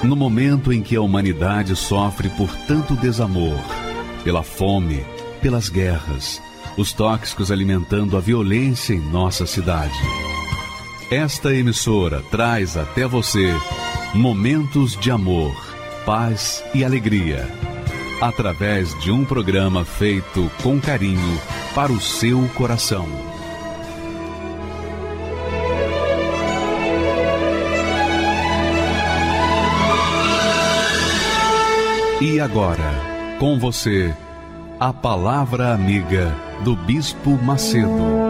No momento em que a humanidade sofre por tanto desamor, pela fome, pelas guerras, os tóxicos alimentando a violência em nossa cidade. Esta emissora traz até você momentos de amor, paz e alegria, através de um programa feito com carinho para o seu coração. E agora, com você, a Palavra Amiga do Bispo Macedo.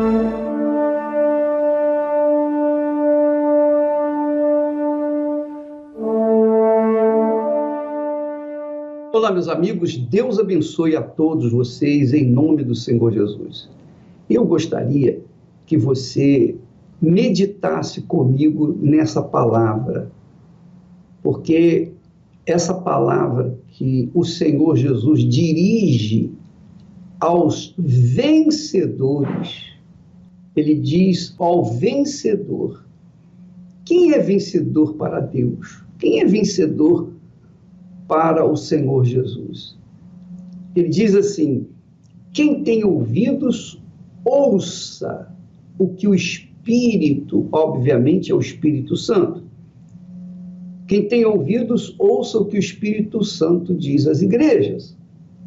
Olá, meus amigos, Deus abençoe a todos vocês em nome do Senhor Jesus. Eu gostaria que você meditasse comigo nessa palavra, porque essa palavra que o Senhor Jesus dirige aos vencedores, ele diz ao vencedor. Quem é vencedor para Deus? Quem é vencedor para o Senhor Jesus? Ele diz assim: quem tem ouvidos, ouça o que o Espírito, obviamente é o Espírito Santo. Quem tem ouvidos, ouça o que o Espírito Santo diz às igrejas.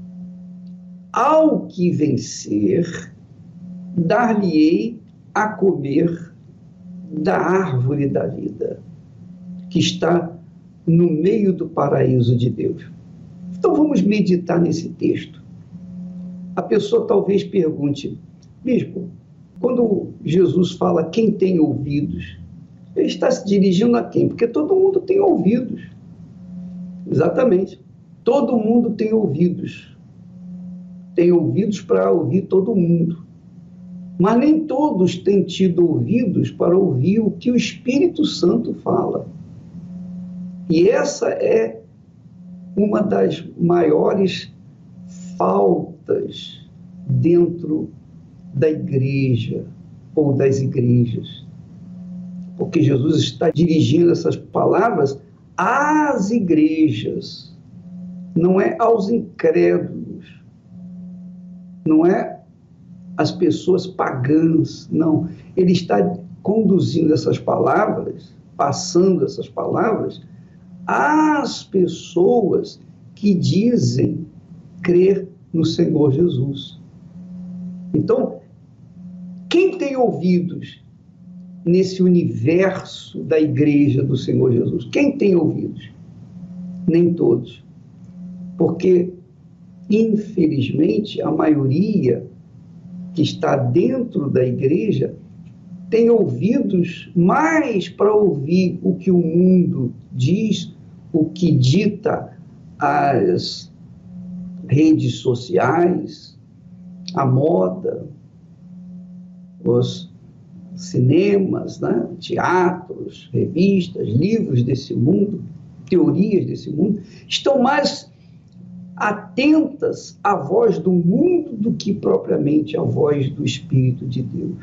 Ao que vencer, dar-lhe-ei a comer da árvore da vida, que está no meio do paraíso de Deus. Então vamos meditar nesse texto. A pessoa talvez pergunte: bispo, quando Jesus fala quem tem ouvidos, ele está se dirigindo a quem? Porque todo mundo tem ouvidos. Exatamente. Todo mundo tem ouvidos. Tem ouvidos para ouvir todo mundo. Mas nem todos têm tido ouvidos para ouvir o que o Espírito Santo fala. E essa é uma das maiores faltas dentro da igreja ou das igrejas. Porque Jesus está dirigindo essas palavras às igrejas, não é aos incrédulos, não é às pessoas pagãs, não. Ele está conduzindo essas palavras, passando essas palavras às pessoas que dizem crer no Senhor Jesus. Então, quem tem ouvidos nesse universo da igreja do Senhor Jesus? Quem tem ouvidos? Nem todos. Porque, infelizmente, a maioria que está dentro da igreja tem ouvidos mais para ouvir o que o mundo diz, o que dita as redes sociais, a moda, os cinemas, né? Teatros, revistas, livros desse mundo, teorias desse mundo, estão mais atentas à voz do mundo do que propriamente à voz do Espírito de Deus.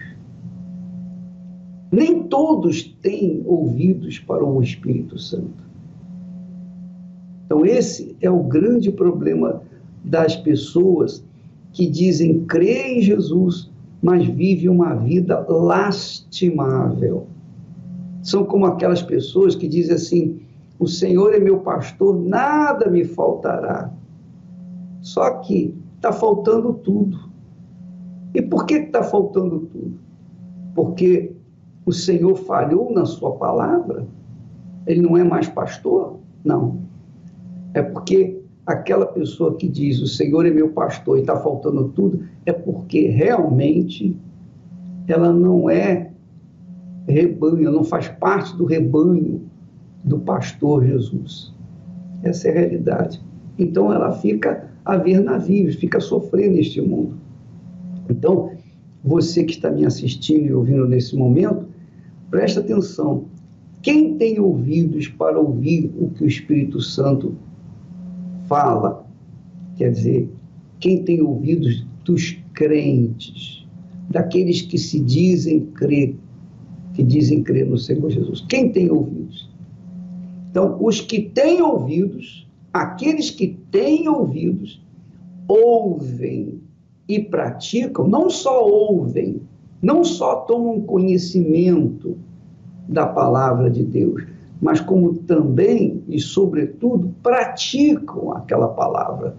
Nem todos têm ouvidos para o Espírito Santo. Então esse é o grande problema das pessoas que dizem crer em Jesus, mas vive uma vida lastimável. São como aquelas pessoas que dizem assim: o Senhor é meu pastor, nada me faltará. Só que está faltando tudo. E por que está faltando tudo? Porque o Senhor falhou na sua palavra? Ele não é mais pastor? Não. É porque aquela pessoa que diz o Senhor é meu pastor e está faltando tudo, é porque realmente ela não é rebanho, não faz parte do rebanho do pastor Jesus. Essa é a realidade. Então ela fica a ver navios, fica a sofrer neste mundo. Então, você que está me assistindo e ouvindo nesse momento, presta atenção. Quem tem ouvidos para ouvir o que o Espírito Santo fala, quer dizer, quem tem ouvidos dos crentes, daqueles que se dizem crer, que dizem crer no Senhor Jesus. Quem tem ouvidos? Então, os que têm ouvidos, aqueles que têm ouvidos, ouvem e praticam, não só ouvem, não só tomam conhecimento da palavra de Deus, mas como também e sobretudo praticam aquela palavra.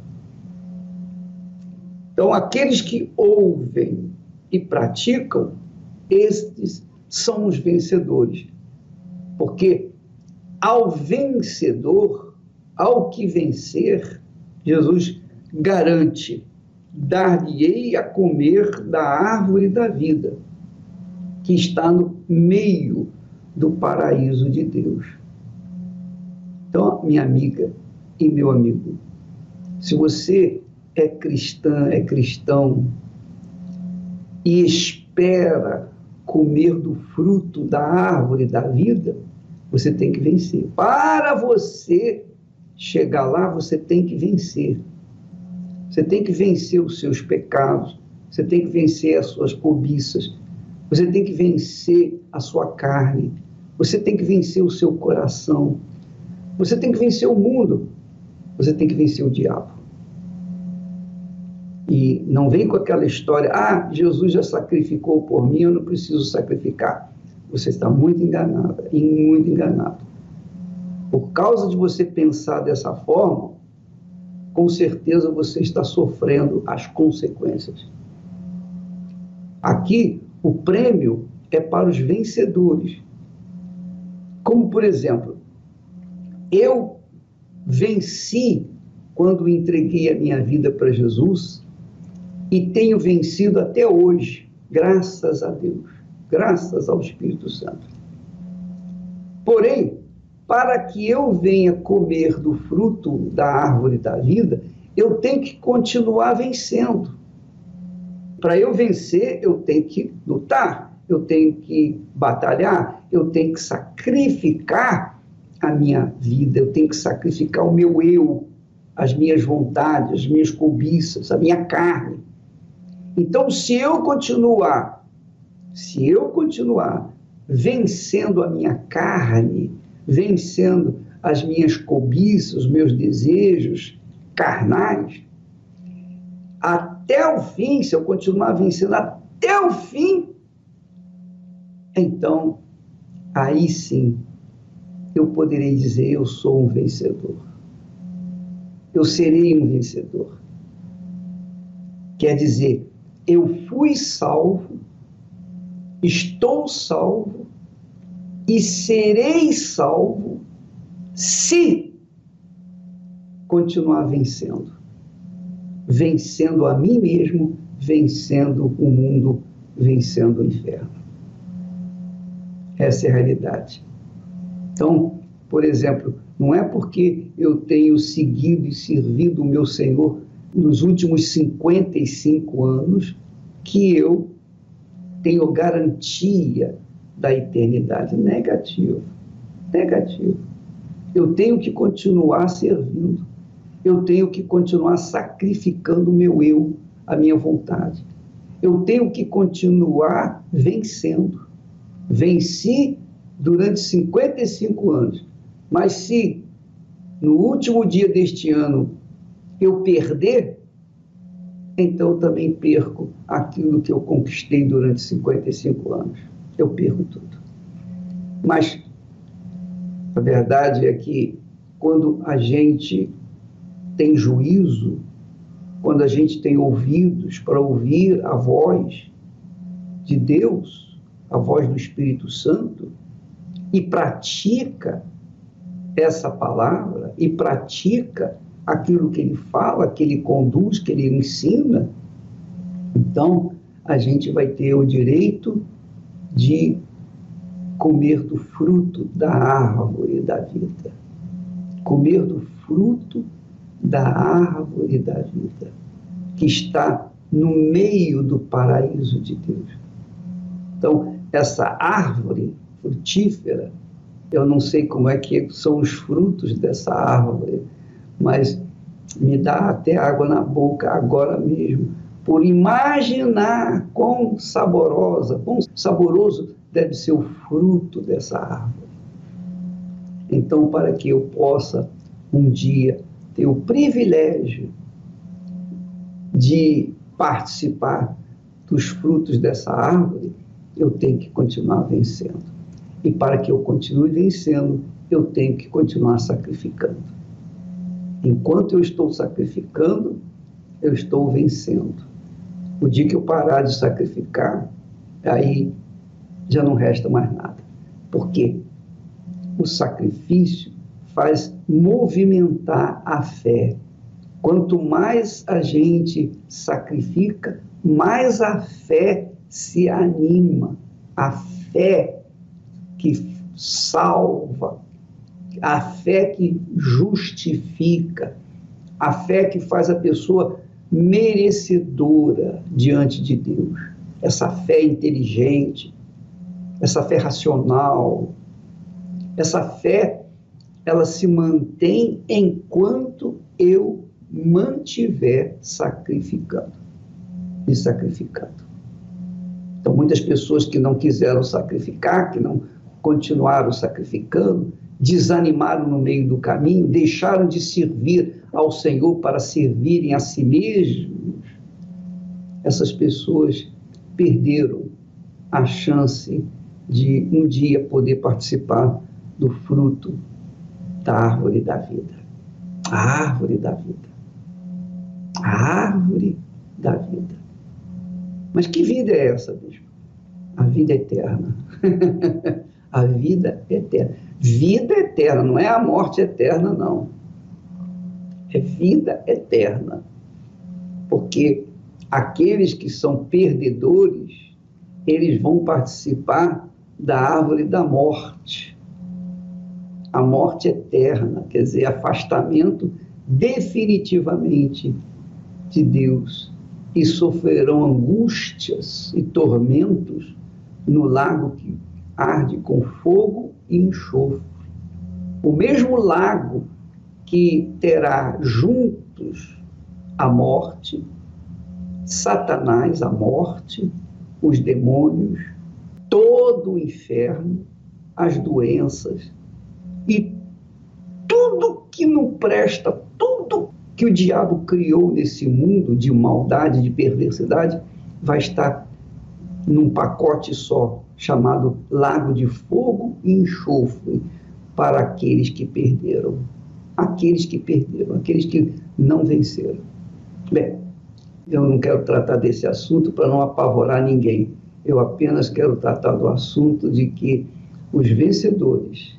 Então, aqueles que ouvem e praticam, estes são os vencedores. Porque ao vencedor, ao que vencer, Jesus garante: dar-lhe-ei a comer da árvore da vida, que está no meio do paraíso de Deus. Então, minha amiga e meu amigo, se você é cristã, é cristão, e espera comer do fruto da árvore da vida, você tem que vencer. Para você chegar lá, você tem que vencer. Você tem que vencer os seus pecados, você tem que vencer as suas cobiças, você tem que vencer a sua carne, você tem que vencer o seu coração, você tem que vencer o mundo, você tem que vencer o diabo. E não vem com aquela história: ah, Jesus já sacrificou por mim, eu não preciso sacrificar. Você está muito enganada e muito enganado. Por causa de você pensar dessa forma, com certeza você está sofrendo as consequências. Aqui, o prêmio é para os vencedores. Como, por exemplo, eu venci quando entreguei a minha vida para Jesus e tenho vencido até hoje, graças a Deus, graças ao Espírito Santo. Porém, para que eu venha comer do fruto da árvore da vida, eu tenho que continuar vencendo. Para eu vencer, eu tenho que lutar, eu tenho que batalhar, eu tenho que sacrificar a minha vida, eu tenho que sacrificar o meu eu, as minhas vontades, as minhas cobiças, a minha carne. Então, se eu continuar vencendo a minha carne, vencendo as minhas cobiças, os meus desejos carnais, até o fim, se eu continuar vencendo até o fim, então, aí sim, eu poderei dizer: eu sou um vencedor. Eu serei um vencedor. Quer dizer, eu fui salvo, estou salvo e serei salvo se continuar vencendo. Vencendo a mim mesmo, vencendo o mundo, vencendo o inferno. Essa é a realidade. Então, por exemplo, não é porque eu tenho seguido e servido o meu Senhor nos últimos 55 anos que eu tenho garantia da eternidade. Negativo. Eu tenho que continuar servindo. Eu tenho que continuar sacrificando o meu eu, a minha vontade. Eu tenho que continuar vencendo. Venci durante 55 anos. Mas se no último dia deste ano eu perder, então eu também perco aquilo que eu conquistei durante 55 anos. Eu perco tudo. Mas a verdade é que quando a gente tem juízo, quando a gente tem ouvidos para ouvir a voz de Deus, a voz do Espírito Santo, e pratica essa palavra, e pratica aquilo que ele fala, que ele conduz, que ele ensina, então a gente vai ter o direito de comer do fruto da árvore da vida. Comer do fruto da árvore da vida, que está no meio do paraíso de Deus. Então, essa árvore frutífera, eu não sei como é que são os frutos dessa árvore, mas me dá até água na boca agora mesmo, por imaginar quão saboroso deve ser o fruto dessa árvore. Então, para que eu possa um dia ter o privilégio de participar dos frutos dessa árvore, eu tenho que continuar vencendo. E para que eu continue vencendo, eu tenho que continuar sacrificando. Enquanto eu estou sacrificando, eu estou vencendo. O dia que eu parar de sacrificar, aí já não resta mais nada. Por quê? O sacrifício faz movimentar a fé. Quanto mais a gente sacrifica, mais a fé se anima. A fé que salva, a fé que justifica, a fé que faz a pessoa merecedora diante de Deus. Essa fé inteligente, essa fé racional, essa fé, ela se mantém enquanto eu mantiver sacrificando, me sacrificando. Então, muitas pessoas que não quiseram sacrificar, que não continuaram sacrificando, desanimaram no meio do caminho, deixaram de servir ao Senhor para servirem a si mesmos. Essas pessoas perderam a chance de um dia poder participar do fruto da árvore da vida. A árvore da vida. A árvore da vida. Mas que vida é essa, bispo? A vida eterna. A vida eterna. Vida eterna, não é a morte eterna, não. É vida eterna. Porque aqueles que são perdedores, eles vão participar da árvore da morte. A morte eterna, quer dizer, afastamento definitivamente de Deus. E sofrerão angústias e tormentos no lago que arde com fogo e enxofre. O mesmo lago que terá juntos a morte, Satanás, a morte, os demônios, todo o inferno, as doenças e tudo que não presta, tudo que o diabo criou nesse mundo de maldade, de perversidade, vai estar num pacote só, chamado lago de fogo e enxofre, para aqueles que perderam. Aqueles que perderam, aqueles que não venceram. Bem, eu não quero tratar desse assunto para não apavorar ninguém. Eu apenas quero tratar do assunto de que os vencedores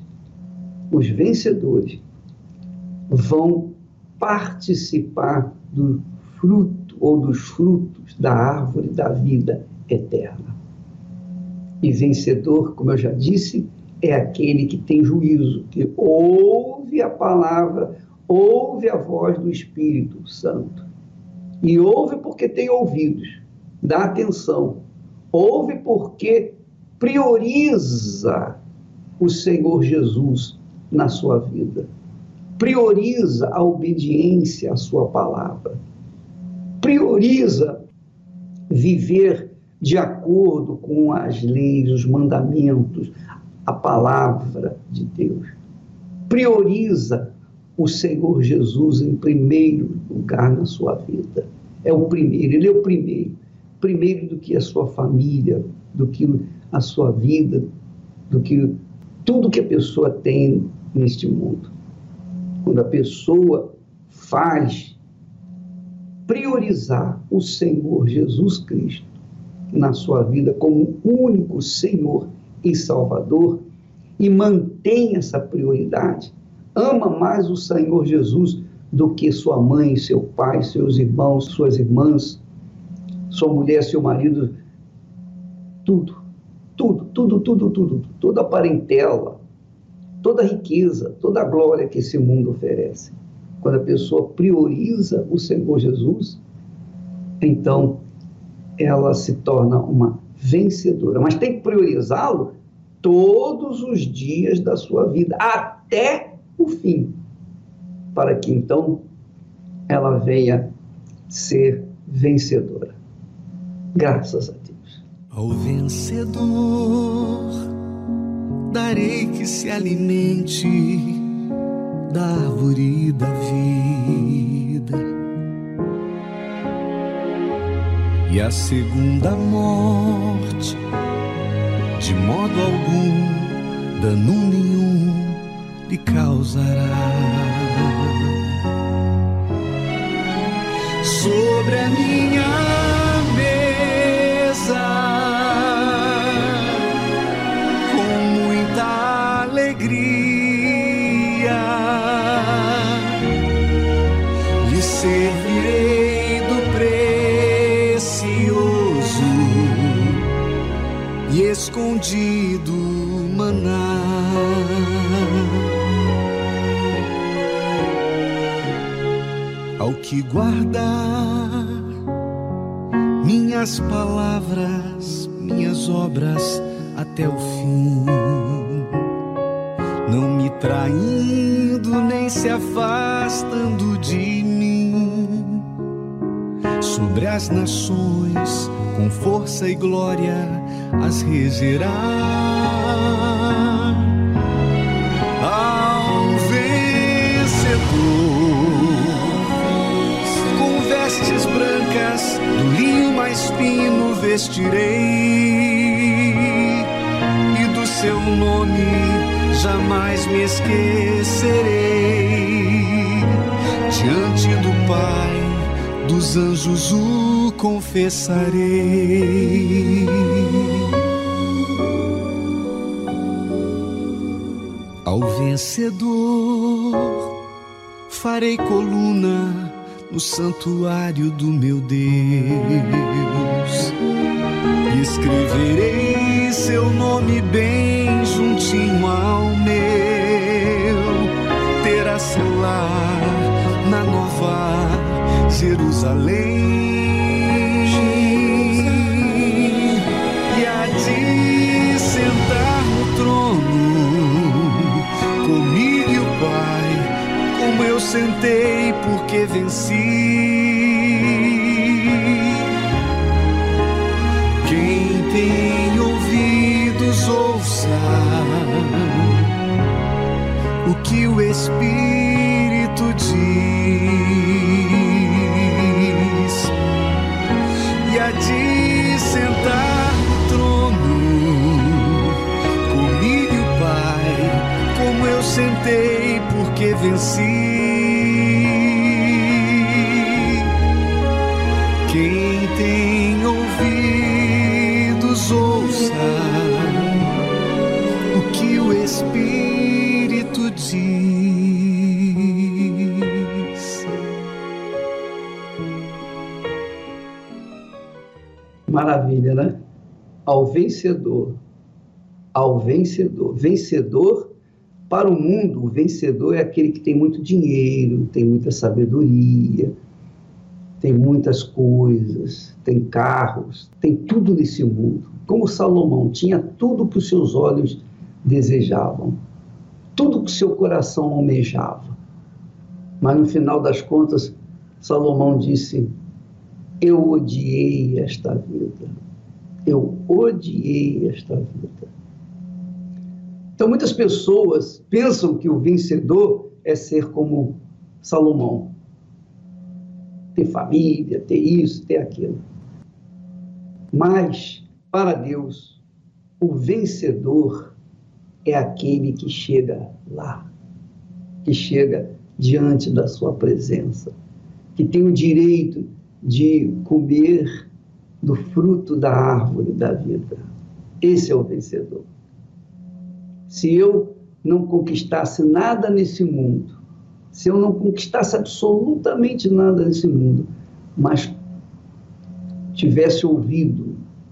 vão participar do fruto ou dos frutos da árvore da vida eterna. E vencedor, como eu já disse, é aquele que tem juízo, que ouve a palavra, ouve a voz do Espírito Santo. E ouve porque tem ouvidos, dá atenção. Ouve porque prioriza o Senhor Jesus na sua vida. Prioriza a obediência à sua palavra. Prioriza viver de acordo com as leis, os mandamentos, a palavra de Deus. Prioriza o Senhor Jesus em primeiro lugar na sua vida. É o primeiro, ele é o primeiro. Primeiro do que a sua família, do que a sua vida, do que tudo que a pessoa tem neste mundo. Quando a pessoa faz priorizar o Senhor Jesus Cristo na sua vida como único Senhor e Salvador e mantém essa prioridade, ama mais o Senhor Jesus do que sua mãe, seu pai, seus irmãos, suas irmãs, sua mulher, seu marido, tudo, toda a parentela, toda a riqueza, toda a glória que esse mundo oferece. Quando a pessoa prioriza o Senhor Jesus, então ela se torna uma vencedora. Mas tem que priorizá-lo todos os dias da sua vida, até o fim, para que então ela venha ser vencedora. Graças a Deus. Ao vencedor, farei que se alimente da árvore da vida. E a segunda morte, de modo algum, dano nenhum lhe causará. Sobre a minha mesa, com muita alegria, lhe servirei do precioso e escondido maná. Ao que guardar minhas palavras, minhas obras até o fim, não me traindo nem se afastando de mim, sobre as nações com força e glória as regerá. Ao vencedor, vestes brancas, do linho mais fino vestirei, e do seu nome jamais me esquecerei. Diante do Pai, dos anjos o confessarei. Ao vencedor farei coluna no santuário do meu Deus, e escreverei seu nome bem juntinho ao meu. Terá seu lar na nova Jerusalém, e há de sentar no trono comigo e o Pai, como eu sentei porque venci. Quem tem ouvidos ouça o que o Espírito diz, e há de sentar no trono comigo e o Pai, como eu sentei porque venci. Quem tem ouvidos ouça o que o Espírito diz. Maravilha, né? Ao vencedor, ao vencedor. Vencedor para o mundo, o vencedor é aquele que tem muito dinheiro, tem muita sabedoria, tem muitas coisas, tem carros, tem tudo nesse mundo. Como Salomão tinha tudo que os seus olhos desejavam, tudo que o seu coração almejava. Mas no final das contas, Salomão disse: eu odiei esta vida, eu odiei esta vida. Então muitas pessoas pensam que o vencedor é ser como Salomão, ter família, ter isso, ter aquilo. Mas, para Deus, o vencedor é aquele que chega lá, que chega diante da sua presença, que tem o direito de comer do fruto da árvore da vida. Esse é o vencedor. Se eu não conquistasse nada nesse mundo, se eu não conquistasse absolutamente nada nesse mundo, mas tivesse ouvido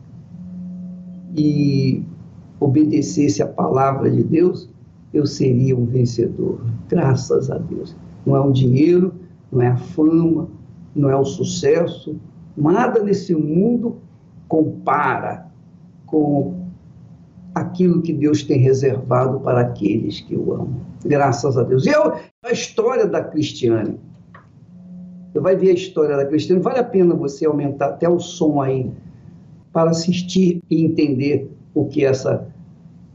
e obedecesse a palavra de Deus, eu seria um vencedor, graças a Deus. Não é o dinheiro, não é a fama, não é o sucesso, nada nesse mundo compara com aquilo que Deus tem reservado para aqueles que o amam. Graças a Deus. E a história da Cristiane. Você vai ver a história da Cristiane. Vale a pena você aumentar até o som aí para assistir e entender o que essa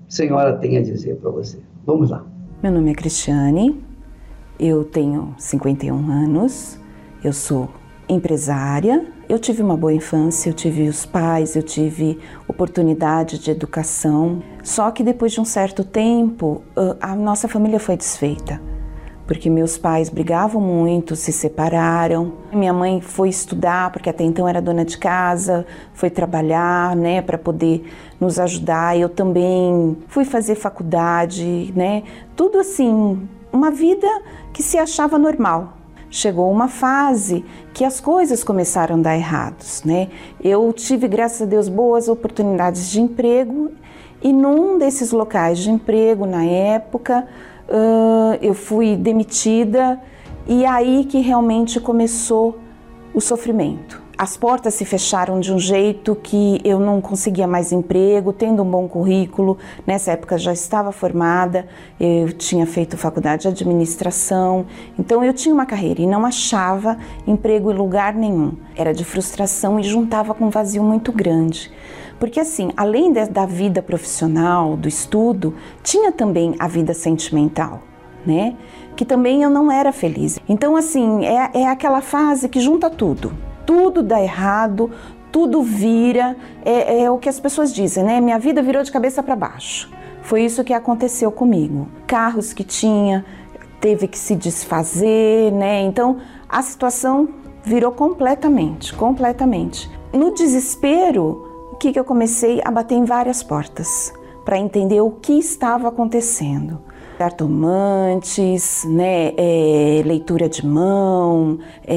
senhora tem a dizer para você. Vamos lá. Meu nome é Cristiane, eu tenho 51 anos, eu sou empresária, eu tive uma boa infância, eu tive os pais, eu tive oportunidade de educação, só que depois de um certo tempo a nossa família foi desfeita, porque meus pais brigavam muito, se separaram, minha mãe foi estudar, porque até então era dona de casa, foi trabalhar, né, para poder nos ajudar, eu também fui fazer faculdade, né, tudo assim, uma vida que se achava normal. Chegou uma fase que as coisas começaram a dar errados, né? Eu tive, graças a Deus, boas oportunidades de emprego e num desses locais de emprego, na época, eu fui demitida e aí que realmente começou o sofrimento. As portas se fecharam de um jeito que eu não conseguia mais emprego, tendo um bom currículo. Nessa época já estava formada, eu tinha feito faculdade de administração, então eu tinha uma carreira e não achava emprego em lugar nenhum. Era de frustração e juntava com um vazio muito grande. Porque assim, além da vida profissional, do estudo, tinha também a vida sentimental, né? Que também eu não era feliz. Então assim, é aquela fase que junta tudo. Tudo dá errado, tudo vira, é o que as pessoas dizem, né? Minha vida virou de cabeça para baixo. Foi isso que aconteceu comigo. Carros que tinha, teve que se desfazer, né? Então, a situação virou completamente. No desespero, o que eu comecei a bater em várias portas para entender o que estava acontecendo. Cartomantes, né, leitura de mão,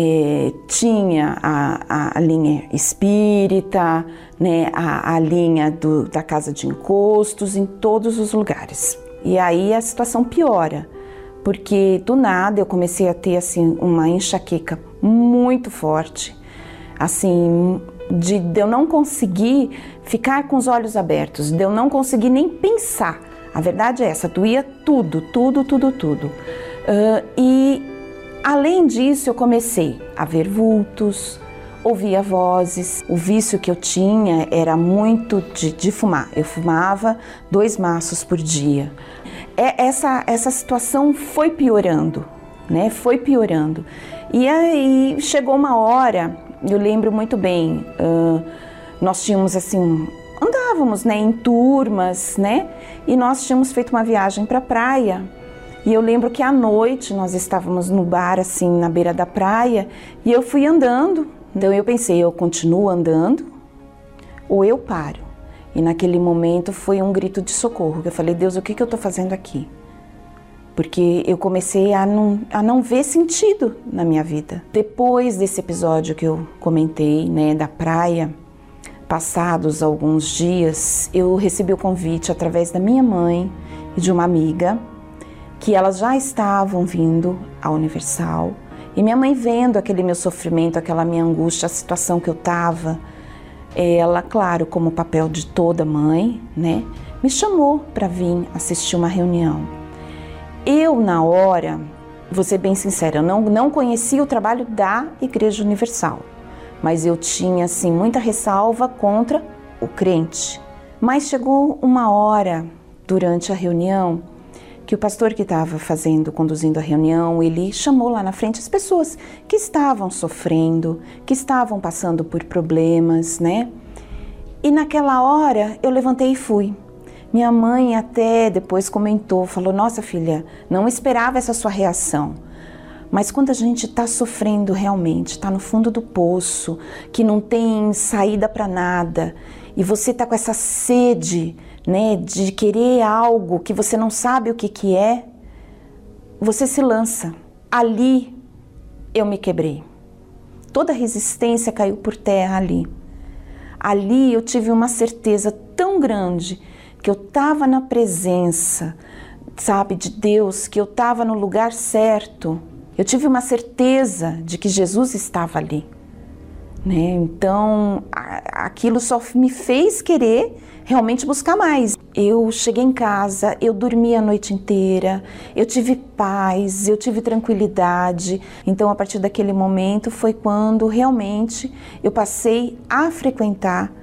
tinha a linha espírita, né, a linha da casa de encostos em todos os lugares. E aí a situação piora, porque do nada eu comecei a ter assim, uma enxaqueca muito forte, assim, de eu não conseguir ficar com os olhos abertos, de eu não conseguir nem pensar. A verdade é essa, doía tudo. E além disso eu comecei a ver vultos, ouvia vozes. O vício que eu tinha era muito de fumar. Eu fumava 2 maços por dia. Essa situação foi piorando, né? Foi piorando. E aí chegou uma hora, eu lembro muito bem, nós tínhamos assim... Andávamos, né, em turmas, né, e nós tínhamos feito uma viagem para a praia. E eu lembro que à noite nós estávamos no bar, assim, na beira da praia, e eu fui andando. Então eu pensei, eu continuo andando ou eu paro? E naquele momento foi um grito de socorro. Eu falei, Deus, o que eu estou fazendo aqui? Porque eu comecei a não ver sentido na minha vida. Depois desse episódio que eu comentei, né, da praia, passados alguns dias, eu recebi o convite através da minha mãe e de uma amiga, que elas já estavam vindo à Universal, e minha mãe vendo aquele meu sofrimento, aquela minha angústia, a situação que eu estava, ela, claro, como papel de toda mãe, né, me chamou para vir assistir uma reunião. Eu, na hora, vou ser bem sincera, eu não conhecia o trabalho da Igreja Universal, mas eu tinha, assim, muita ressalva contra o crente. Mas chegou uma hora, durante a reunião, que o pastor que estava conduzindo a reunião, ele chamou lá na frente as pessoas que estavam sofrendo, que estavam passando por problemas, né? E naquela hora, eu levantei e fui. Minha mãe até depois comentou, falou, nossa filha, não esperava essa sua reação. Mas quando a gente está sofrendo realmente, está no fundo do poço, que não tem saída para nada, e você está com essa sede, né, de querer algo que você não sabe o que é, você se lança. Ali eu me quebrei. Toda a resistência caiu por terra ali. Ali eu tive uma certeza tão grande que eu estava na presença, sabe, de Deus, que eu estava no lugar certo. Eu tive uma certeza de que Jesus estava ali, né? Então, aquilo só me fez querer realmente buscar mais. Eu cheguei em casa, eu dormi a noite inteira, eu tive paz, eu tive tranquilidade. Então, a partir daquele momento foi quando realmente eu passei a frequentar,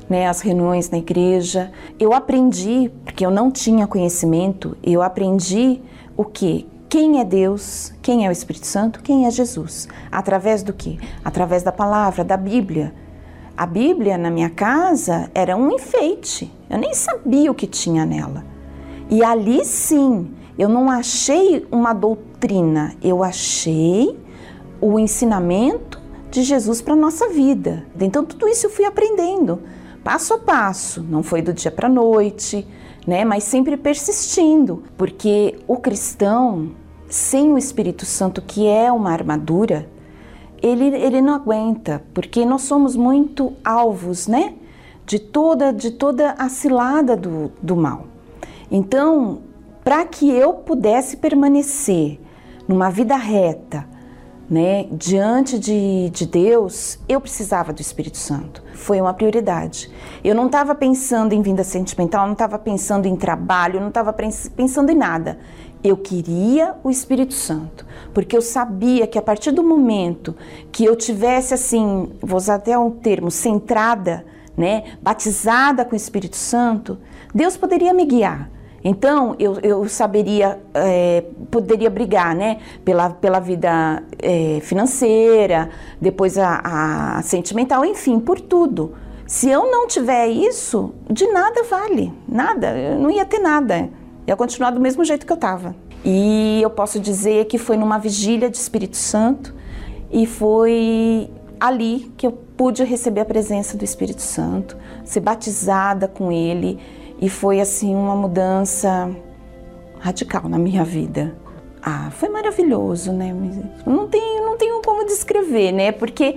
né, as reuniões na igreja. Eu aprendi, porque eu não tinha conhecimento, eu aprendi o quê? Quem é Deus, quem é o Espírito Santo, quem é Jesus. Através do quê? Através da palavra, da Bíblia. A Bíblia na minha casa era um enfeite, eu nem sabia o que tinha nela. E ali sim, eu não achei uma doutrina, eu achei o ensinamento de Jesus para a nossa vida. Então tudo isso eu fui aprendendo, passo a passo, não foi do dia para a noite, né? Mas sempre persistindo, porque o cristão, sem o Espírito Santo, que é uma armadura, ele não aguenta, porque nós somos muito alvos, né? De toda a cilada do mal. Então, para que eu pudesse permanecer numa vida reta, né, diante de Deus, eu precisava do Espírito Santo. Foi uma prioridade. Eu não estava pensando em vida sentimental, não estava pensando em trabalho, não estava pensando em nada. Eu queria o Espírito Santo, porque eu sabia que a partir do momento que eu tivesse assim, vou usar até um termo, centrada, né, batizada com o Espírito Santo, Deus poderia me guiar. Então, eu saberia, poderia brigar, né, pela vida financeira, depois a sentimental, enfim, por tudo. Se eu não tiver isso, de nada vale, nada, eu não ia ter nada. Eu ia continuar do mesmo jeito que eu estava. E eu posso dizer que foi numa vigília de Espírito Santo e foi ali que eu pude receber a presença do Espírito Santo, ser batizada com ele, e foi assim uma mudança radical na minha vida. Foi maravilhoso, né? Não tenho como descrever, né? Porque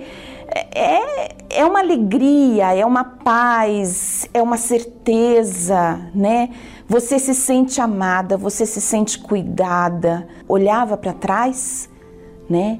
é uma alegria, é uma paz, é uma certeza, né? Você se sente amada, você se sente cuidada. Olhava para trás, né?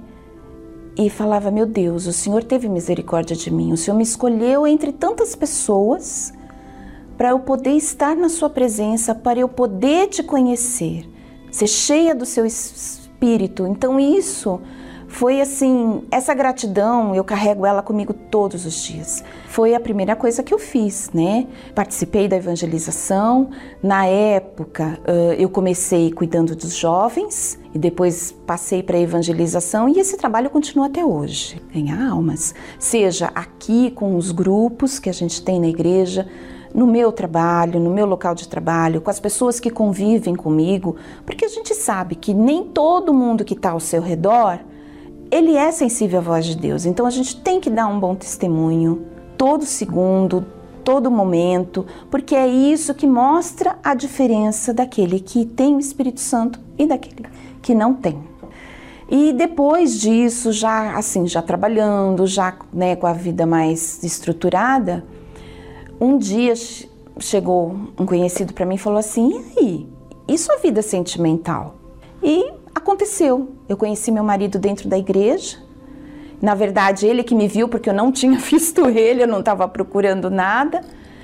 E falava, meu Deus, o Senhor teve misericórdia de mim, o Senhor me escolheu entre tantas pessoas para eu poder estar na sua presença, para eu poder te conhecer, ser cheia do seu Espírito. Então isso foi assim, essa gratidão eu carrego ela comigo todos os dias. Foi a primeira coisa que eu fiz, né? Participei da evangelização. Na época eu comecei cuidando dos jovens e depois passei para a evangelização, e esse trabalho continua até hoje. Ganhar almas, seja aqui com os grupos que a gente tem na igreja, no meu trabalho, no meu local de trabalho, com as pessoas que convivem comigo, porque a gente sabe que nem todo mundo que está ao seu redor, ele é sensível à voz de Deus. Então a gente tem que dar um bom testemunho, todo segundo, todo momento, porque é isso que mostra a diferença daquele que tem o Espírito Santo e daquele que não tem. E depois disso, já trabalhando, já, né, com a vida mais estruturada, um dia chegou um conhecido para mim e falou assim, e aí, e sua vida sentimental? E aconteceu, eu conheci meu marido dentro da igreja, na verdade ele que me viu, porque eu não tinha visto ele, eu não estava procurando nada.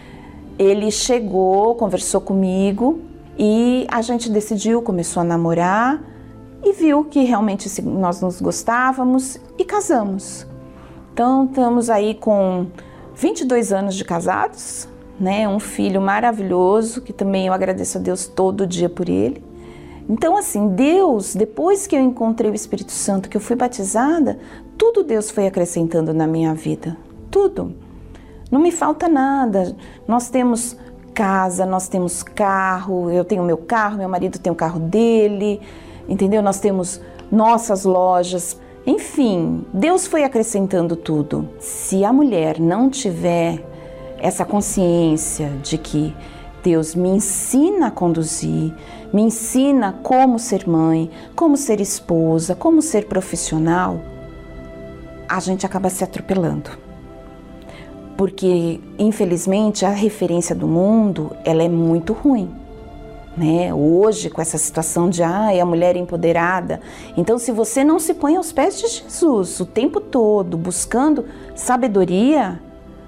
Ele chegou, conversou comigo e a gente decidiu, começou a namorar e viu que realmente nós nos gostávamos e casamos. Então estamos aí com 22 anos de casados, né? Um filho maravilhoso, que também eu agradeço a Deus todo dia por ele. Então assim, Deus, depois que eu encontrei o Espírito Santo, que eu fui batizada, tudo Deus foi acrescentando na minha vida, tudo. Não me falta nada. Nós temos casa, nós temos carro, eu tenho meu carro, meu marido tem o carro dele, entendeu? Nós temos nossas lojas. Enfim, Deus foi acrescentando tudo. Se a mulher não tiver essa consciência de que Deus me ensina a conduzir, me ensina como ser mãe, como ser esposa, como ser profissional, a gente acaba se atropelando. Porque, infelizmente, a referência do mundo, ela é muito ruim. Né? Hoje, com essa situação de a mulher empoderada, então se você não se põe aos pés de Jesus o tempo todo buscando sabedoria,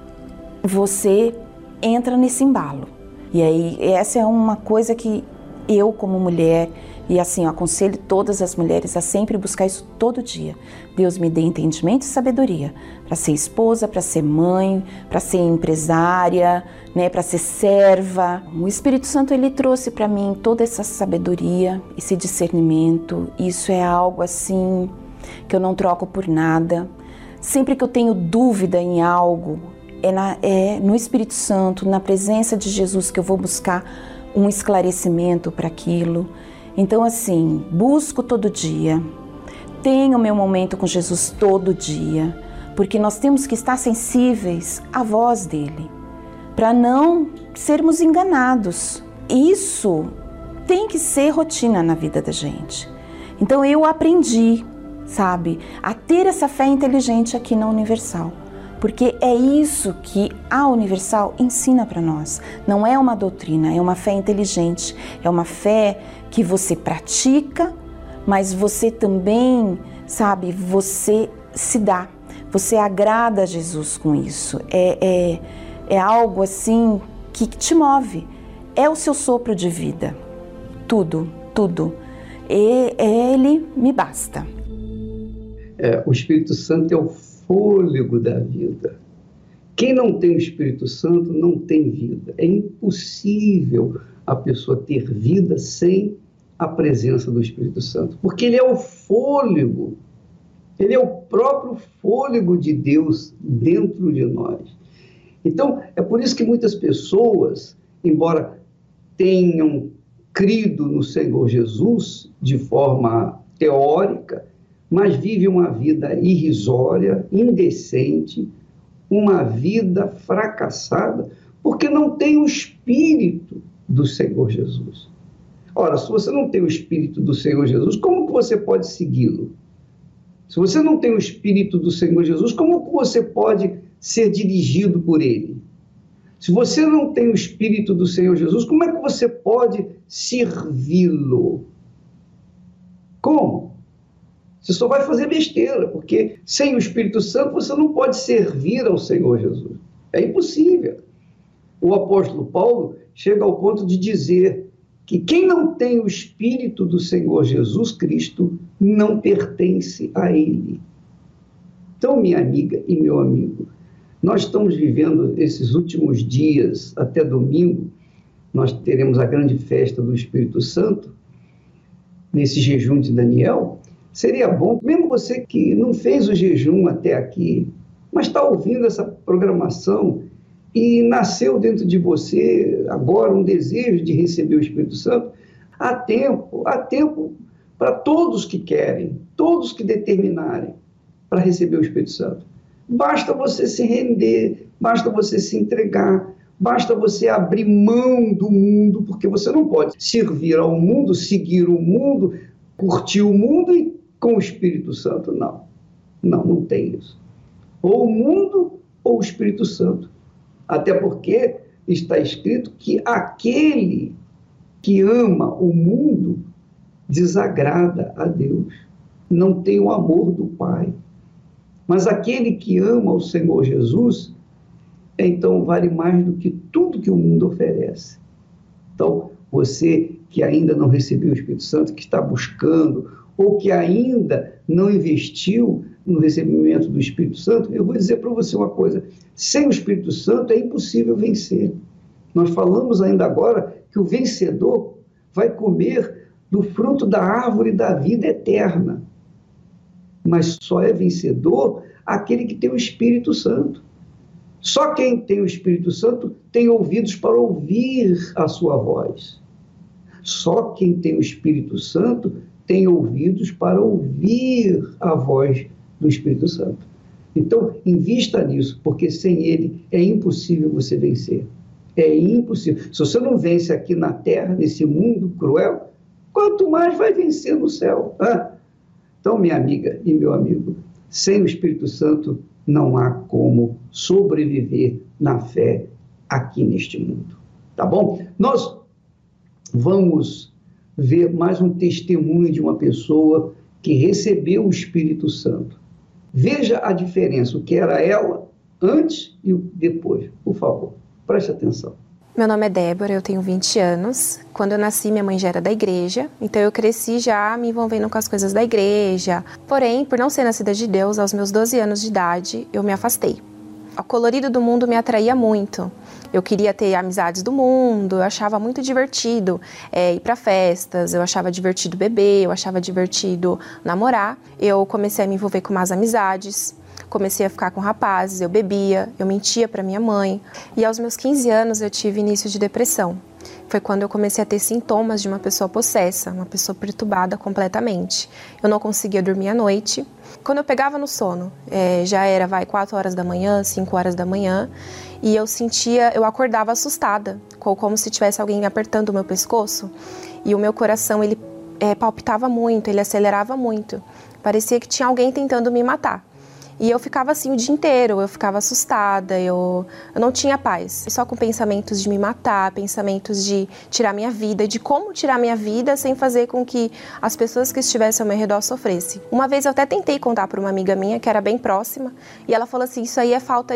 você entra nesse embalo. E aí essa é uma coisa que eu como mulher E assim, eu aconselho todas as mulheres a sempre buscar isso todo dia. Deus me dê entendimento e sabedoria para ser esposa, para ser mãe, para ser empresária, né, para ser serva. O Espírito Santo, ele trouxe para mim toda essa sabedoria, esse discernimento. Isso é algo assim que eu não troco por nada. Sempre que eu tenho dúvida em algo, é no Espírito Santo, na presença de Jesus, que eu vou buscar um esclarecimento para aquilo. Então, assim, busco todo dia, tenho meu momento com Jesus todo dia, porque nós temos que estar sensíveis à voz dele, para não sermos enganados. Isso tem que ser rotina na vida da gente. Então, eu aprendi, sabe, a ter essa fé inteligente aqui na Universal. Porque é isso que a Universal ensina para nós. Não é uma doutrina, é uma fé inteligente. É uma fé que você pratica, mas você também, sabe, você se dá. Você agrada a Jesus com isso. É algo assim que te move. É o seu sopro de vida. Tudo, tudo. E ele me basta. O Espírito Santo é o fôlego da vida. Quem não tem o Espírito Santo não tem vida. É impossível a pessoa ter vida sem a presença do Espírito Santo, porque ele é o fôlego, ele é o próprio fôlego de Deus dentro de nós. Então, é por isso que muitas pessoas, embora tenham crido no Senhor Jesus de forma teórica, mas vive uma vida irrisória, indecente, uma vida fracassada, porque não tem o Espírito do Senhor Jesus. Ora, se você não tem o Espírito do Senhor Jesus, como que você pode segui-lo? Se você não tem o Espírito do Senhor Jesus, como que você pode ser dirigido por ele? Se você não tem o Espírito do Senhor Jesus, como é que você pode servi-lo? Como? Você só vai fazer besteira, porque sem o Espírito Santo você não pode servir ao Senhor Jesus. É impossível. O apóstolo Paulo chega ao ponto de dizer que quem não tem o Espírito do Senhor Jesus Cristo não pertence a ele. Então, minha amiga e meu amigo, nós estamos vivendo esses últimos dias, até domingo, nós teremos a grande festa do Espírito Santo, nesse jejum de Daniel. Seria bom, mesmo você que não fez o jejum até aqui, mas está ouvindo essa programação e nasceu dentro de você agora um desejo de receber o Espírito Santo, há tempo para todos que querem, todos que determinarem para receber o Espírito Santo. Basta você se render, basta você se entregar, basta você abrir mão do mundo, porque você não pode servir ao mundo, seguir o mundo, curtir o mundo e com o Espírito Santo, não. Não tem isso. Ou o mundo ou o Espírito Santo. Até porque está escrito que aquele que ama o mundo desagrada a Deus. Não tem o amor do Pai. Mas aquele que ama o Senhor Jesus, então vale mais do que tudo que o mundo oferece. Então, você que ainda não recebeu o Espírito Santo, que está buscando, ou que ainda não investiu no recebimento do Espírito Santo, eu vou dizer para você uma coisa: sem o Espírito Santo é impossível vencer. Nós falamos ainda agora que o vencedor vai comer do fruto da árvore da vida eterna. Mas só é vencedor aquele que tem o Espírito Santo. Só quem tem o Espírito Santo tem ouvidos para ouvir a sua voz. Só quem tem o Espírito Santo tem ouvidos para ouvir a voz do Espírito Santo. Então, invista nisso, porque sem ele é impossível você vencer. É impossível. Se você não vence aqui na terra, nesse mundo cruel, quanto mais vai vencer no céu? Então, minha amiga e meu amigo, sem o Espírito Santo não há como sobreviver na fé aqui neste mundo. Tá bom? Nós vamos ver mais um testemunho de uma pessoa que recebeu o Espírito Santo. Veja a diferença, o que era ela antes e o depois. Por favor, preste atenção. Meu nome é Débora, eu tenho 20 anos. Quando eu nasci, minha mãe já era da igreja, então eu cresci já me envolvendo com as coisas da igreja. Porém, por não ser nascida de Deus, aos meus 12 anos de idade, eu me afastei. O colorido do mundo me atraía muito. Eu queria ter amizades do mundo, eu achava muito divertido ir para festas, eu achava divertido beber, eu achava divertido namorar. Eu comecei a me envolver com más amizades. Comecei a ficar com rapazes, eu bebia, eu mentia para minha mãe. E aos meus 15 anos eu tive início de depressão. Foi quando eu comecei a ter sintomas de uma pessoa possessa, uma pessoa perturbada completamente. Eu não conseguia dormir à noite. Quando eu pegava no sono, já era 4 horas da manhã, 5 horas da manhã, e eu acordava assustada, como se tivesse alguém apertando o meu pescoço. E o meu coração, ele palpitava muito, ele acelerava muito. Parecia que tinha alguém tentando me matar. E eu ficava assim o dia inteiro, eu ficava assustada, eu não tinha paz. Só com pensamentos de me matar, pensamentos de tirar minha vida, de como tirar minha vida sem fazer com que as pessoas que estivessem ao meu redor sofressem. Uma vez eu até tentei contar para uma amiga minha, que era bem próxima, e ela falou assim, isso aí é falta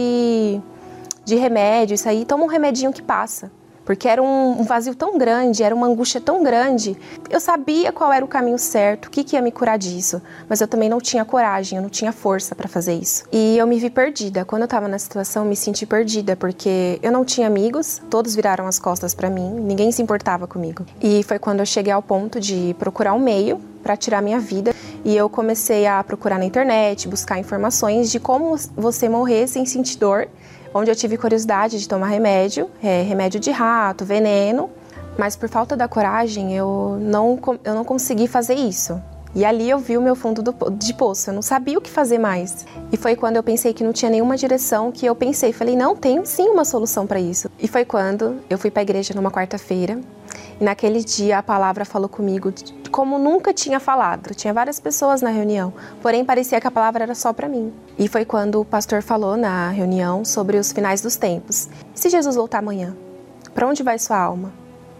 de remédio, isso aí, toma um remedinho que passa. Porque era um vazio tão grande, era uma angústia tão grande. Eu sabia qual era o caminho certo, o que ia me curar disso, mas eu também não tinha coragem, eu não tinha força para fazer isso. E eu me vi perdida. Quando eu estava nessa situação, eu me senti perdida, porque eu não tinha amigos, todos viraram as costas para mim, ninguém se importava comigo. E foi quando eu cheguei ao ponto de procurar um meio para tirar minha vida. E eu comecei a procurar na internet, buscar informações de como você morrer sem sentir dor, onde eu tive curiosidade de tomar remédio de rato, veneno, mas por falta da coragem eu não consegui fazer isso. E ali eu vi o meu fundo de poço, eu não sabia o que fazer mais. E foi quando eu pensei que não tinha nenhuma direção que eu falei, não, tem sim uma solução para isso. E foi quando eu fui para a igreja numa quarta-feira, e naquele dia a palavra falou comigo como nunca tinha falado. Tinha várias pessoas na reunião, porém parecia que a palavra era só para mim. E foi quando o pastor falou na reunião sobre os finais dos tempos. E se Jesus voltar amanhã? Para onde vai sua alma?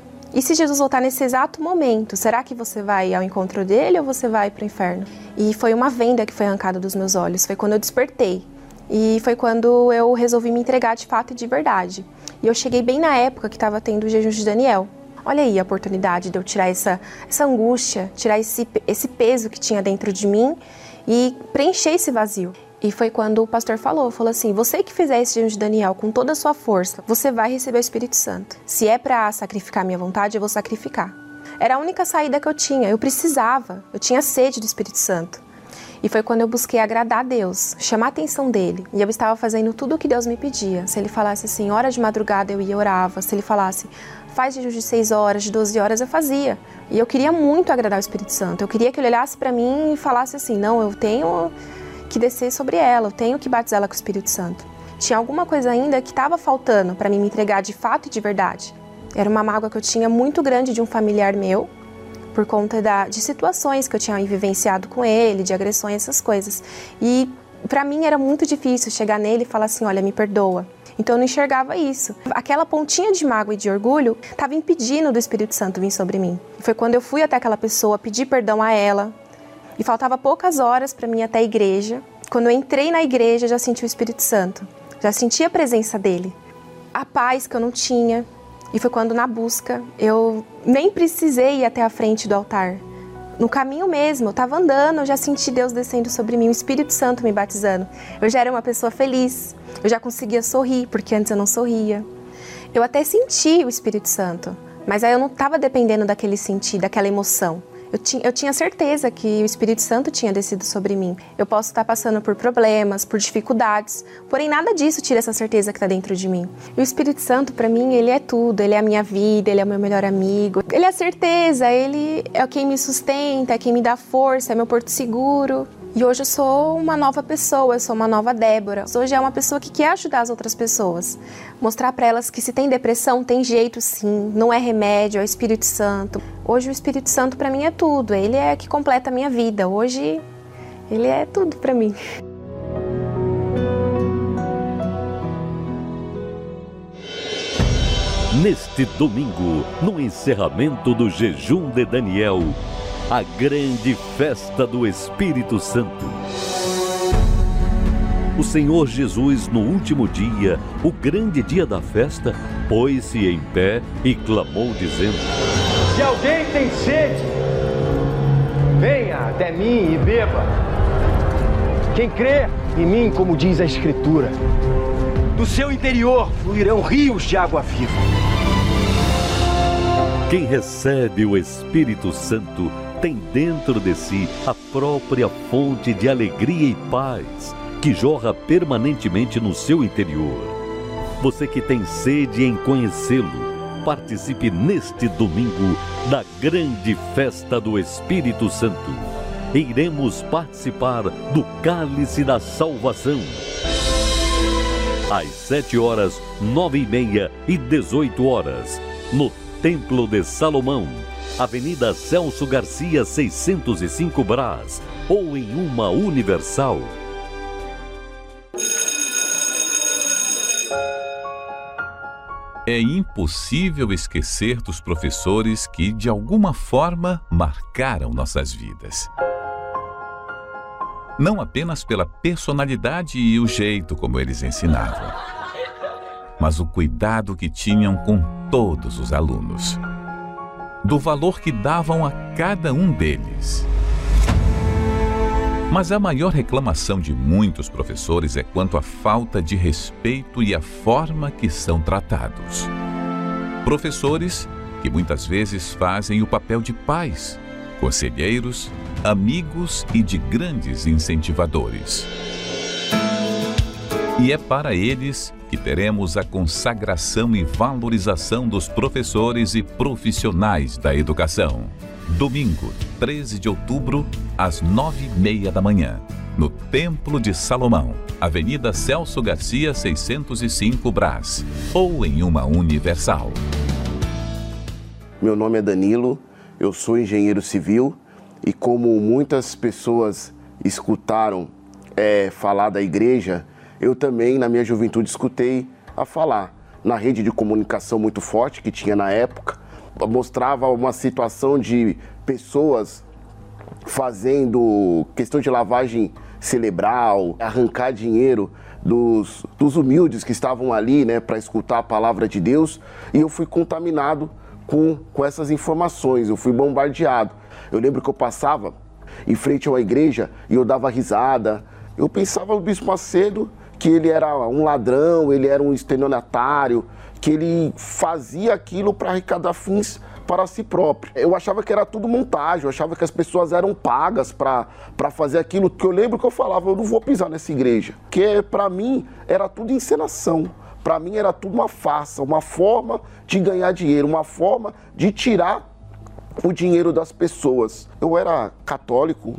E se Jesus voltar nesse exato momento, será que você vai ao encontro dele ou você vai para o inferno? E foi uma venda que foi arrancada dos meus olhos, foi quando eu despertei. E foi quando eu resolvi me entregar de fato e de verdade. E eu cheguei bem na época que estava tendo o jejum de Daniel. Olha aí a oportunidade de eu tirar essa angústia, tirar esse peso que tinha dentro de mim e preencher esse vazio. E foi quando o pastor falou assim, você que fizer esse jejum de Daniel com toda a sua força, você vai receber o Espírito Santo. Se é para sacrificar minha vontade, eu vou sacrificar. Era a única saída que eu tinha, eu tinha sede do Espírito Santo. E foi quando eu busquei agradar a Deus, chamar a atenção dele. E eu estava fazendo tudo o que Deus me pedia. Se ele falasse assim, hora de madrugada, eu ia e orava. Se ele falasse, faz jejum de 6 horas, de 12 horas, eu fazia. E eu queria muito agradar o Espírito Santo. Eu queria que ele olhasse para mim e falasse assim, não, eu tenho que descer sobre ela, eu tenho que batizá-la com o Espírito Santo. Tinha alguma coisa ainda que estava faltando para mim me entregar de fato e de verdade. Era uma mágoa que eu tinha muito grande de um familiar meu, por conta de situações que eu tinha vivenciado com ele, de agressões, essas coisas. E para mim era muito difícil chegar nele e falar assim, olha, me perdoa. Então eu não enxergava isso. Aquela pontinha de mágoa e de orgulho estava impedindo do Espírito Santo vir sobre mim. E foi quando eu fui até aquela pessoa, pedi perdão a ela, e faltava poucas horas para mim ir até a igreja. Quando eu entrei na igreja, eu já senti o Espírito Santo, já senti a presença dele. A paz que eu não tinha. E foi quando, na busca, eu nem precisei ir até a frente do altar. No caminho mesmo, eu estava andando, eu já senti Deus descendo sobre mim, o Espírito Santo me batizando. Eu já era uma pessoa feliz, eu já conseguia sorrir, porque antes eu não sorria. Eu até senti o Espírito Santo, mas aí eu não estava dependendo daquele sentir, daquela emoção. Eu tinha certeza que o Espírito Santo tinha descido sobre mim. Eu posso estar passando por problemas, por dificuldades, porém nada disso tira essa certeza que está dentro de mim. E o Espírito Santo, para mim, ele é tudo. Ele é a minha vida, ele é o meu melhor amigo. Ele é a certeza, ele é quem me sustenta, é quem me dá força, é meu porto seguro. E hoje eu sou uma nova pessoa, eu sou uma nova Débora. Hoje é uma pessoa que quer ajudar as outras pessoas. Mostrar para elas que se tem depressão, tem jeito sim, não é remédio, é o Espírito Santo. Hoje o Espírito Santo para mim é tudo, ele é que completa a minha vida. Hoje ele é tudo para mim. Neste domingo, no encerramento do jejum de Daniel, a grande festa do Espírito Santo. o Senhor Jesus, no último dia, o grande dia da festa, pôs-se em pé e clamou dizendo: Se alguém tem sede, venha até mim e beba. Quem crê em mim, como diz a Escritura, do seu interior fluirão rios de água viva. Quem recebe o Espírito Santo tem dentro de si a própria fonte de alegria e paz, que jorra permanentemente no seu interior. Você que tem sede em conhecê-lo, participe neste domingo da grande festa do Espírito Santo. Iremos participar do Cálice da Salvação. Às 7h, 9h30 e 18h, no Templo de Salomão, Avenida Celso Garcia, 605 Brás, ou em uma Universal. É impossível esquecer dos professores que, de alguma forma, marcaram nossas vidas. Não apenas pela personalidade e o jeito como eles ensinavam, mas o cuidado que tinham com todos os alunos, do valor que davam a cada um deles. Mas a maior reclamação de muitos professores é quanto à falta de respeito e a forma que são tratados. Professores que muitas vezes fazem o papel de pais, conselheiros, amigos e de grandes incentivadores. E é para eles que teremos a consagração e valorização dos professores e profissionais da educação. Domingo, 13 de outubro, às 9h30 da manhã, no Templo de Salomão, Avenida Celso Garcia, 605 Brás, ou em uma Universal. Meu nome é Danilo, eu sou engenheiro civil e como muitas pessoas escutaram falar da igreja, eu também, na minha juventude, escutei a falar. Na rede de comunicação muito forte que tinha na época, mostrava uma situação de pessoas fazendo questão de lavagem cerebral, arrancar dinheiro dos humildes que estavam ali, né, para escutar a palavra de Deus, e eu fui contaminado com essas informações, eu fui bombardeado. Eu lembro que eu passava em frente a uma igreja e eu dava risada. Eu pensava no Bispo Macedo que ele era um ladrão, ele era um estelionatário, que ele fazia aquilo para arrecadar fins para si próprio. Eu achava que era tudo montagem, eu achava que as pessoas eram pagas para fazer aquilo, que eu lembro que eu falava, eu não vou pisar nessa igreja, que para mim era tudo encenação, para mim era tudo uma farsa, uma forma de ganhar dinheiro, uma forma de tirar o dinheiro das pessoas. Eu era católico,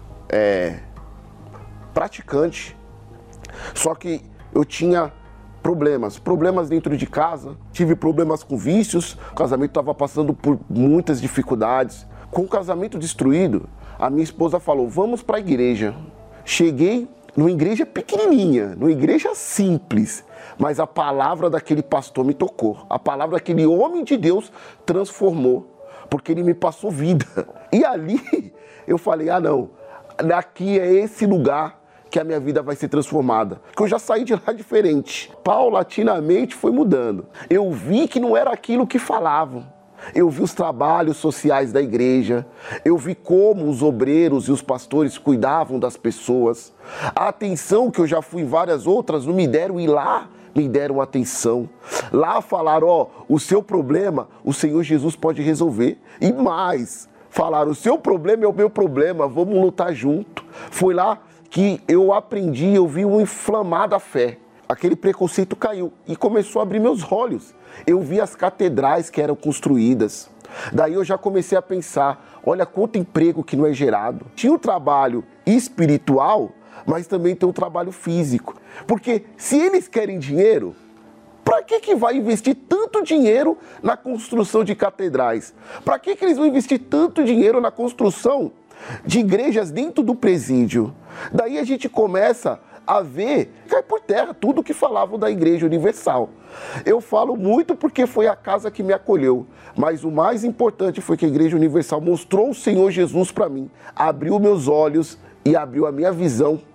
praticante, só que eu tinha problemas dentro de casa, tive problemas com vícios, o casamento estava passando por muitas dificuldades. Com o casamento destruído, a minha esposa falou, vamos para a igreja. Cheguei numa igreja pequenininha, numa igreja simples, mas a palavra daquele pastor me tocou, a palavra daquele homem de Deus transformou, porque ele me passou vida. E ali eu falei, não, daqui é esse lugar que a minha vida vai ser transformada. Porque eu já saí de lá diferente. Paulatinamente foi mudando. Eu vi que não era aquilo que falavam. Eu vi os trabalhos sociais da igreja. Eu vi como os obreiros e os pastores cuidavam das pessoas. A atenção que eu já fui em várias outras não me deram, e lá me deram atenção. Lá falaram, o seu problema, o Senhor Jesus pode resolver. E mais, falaram, o seu problema é o meu problema, vamos lutar junto. Foi lá que eu aprendi, eu vi uma inflamada fé. Aquele preconceito caiu e começou a abrir meus olhos. Eu vi as catedrais que eram construídas. Daí eu já comecei a pensar, olha quanto emprego que não é gerado. Tinha um trabalho espiritual, mas também tem um trabalho físico. Porque se eles querem dinheiro, para que vai investir tanto dinheiro na construção de catedrais? Para que eles vão investir tanto dinheiro na construção de igrejas dentro do presídio? Daí a gente começa a ver, cai por terra tudo que falavam da Igreja Universal. Eu falo muito porque foi a casa que me acolheu, mas o mais importante foi que a Igreja Universal mostrou o Senhor Jesus para mim, abriu meus olhos e abriu a minha visão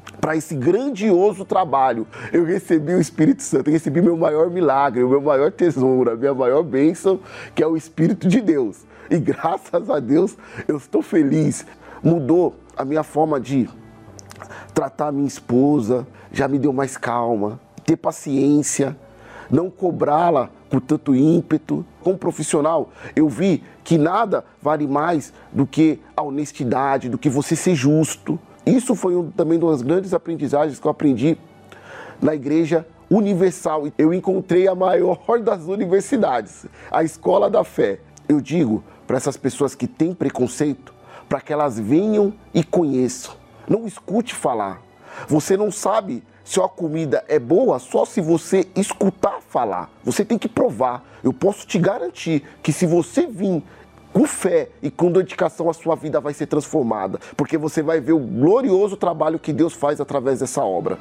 para esse grandioso trabalho, eu recebi o Espírito Santo, eu recebi meu maior milagre, o meu maior tesouro, a minha maior bênção, que é o Espírito de Deus. E graças a Deus eu estou feliz. Mudou a minha forma de tratar a minha esposa, já me deu mais calma, ter paciência, não cobrá-la com tanto ímpeto. Como profissional, eu vi que nada vale mais do que a honestidade, do que você ser justo. Isso foi também uma das grandes aprendizagens que eu aprendi na Igreja Universal. Eu encontrei a maior das universidades, a Escola da Fé. Eu digo para essas pessoas que têm preconceito, para que elas venham e conheçam. Não escute falar. Você não sabe se a comida é boa só se você escutar falar. Você tem que provar. Eu posso te garantir que se você vir com fé e com dedicação, a sua vida vai ser transformada, porque você vai ver o glorioso trabalho que Deus faz através dessa obra.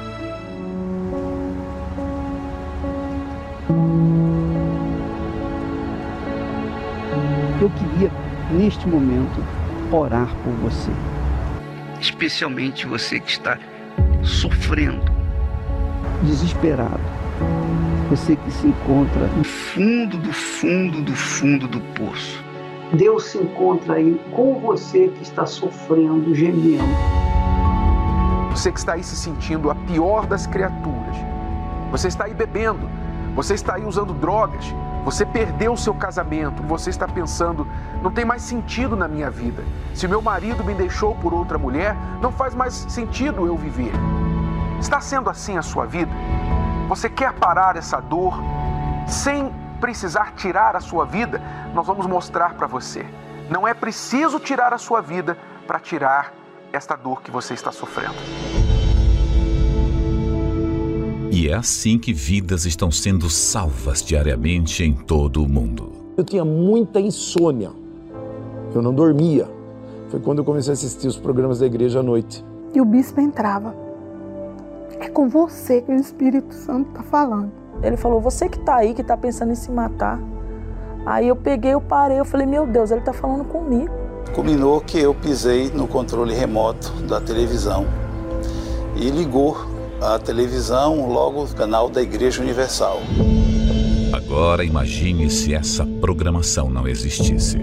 Eu queria, neste momento, orar por você. Especialmente você que está sofrendo, desesperado. Você que se encontra no fundo do fundo do fundo do poço. Deus se encontra aí com você que está sofrendo, gemendo. Você que está aí se sentindo a pior das criaturas. Você está aí bebendo. Você está aí usando drogas. Você perdeu o seu casamento. Você está pensando, não tem mais sentido na minha vida. Se meu marido me deixou por outra mulher, não faz mais sentido eu viver. Está sendo assim a sua vida? Você quer parar essa dor sem precisar tirar a sua vida? Nós vamos mostrar para você. Não é preciso tirar a sua vida para tirar esta dor que você está sofrendo. E é assim que vidas estão sendo salvas diariamente em todo o mundo. Eu tinha muita insônia. Eu não dormia. Foi quando eu comecei a assistir os programas da igreja à noite. E o bispo entrava. É com você que o Espírito Santo está falando. Ele falou, você que está aí, que está pensando em se matar. Aí eu peguei, eu parei, eu falei, meu Deus, ele está falando comigo. Culminou que eu pisei no controle remoto da televisão e ligou a televisão, logo o canal da Igreja Universal. Agora imagine se essa programação não existisse.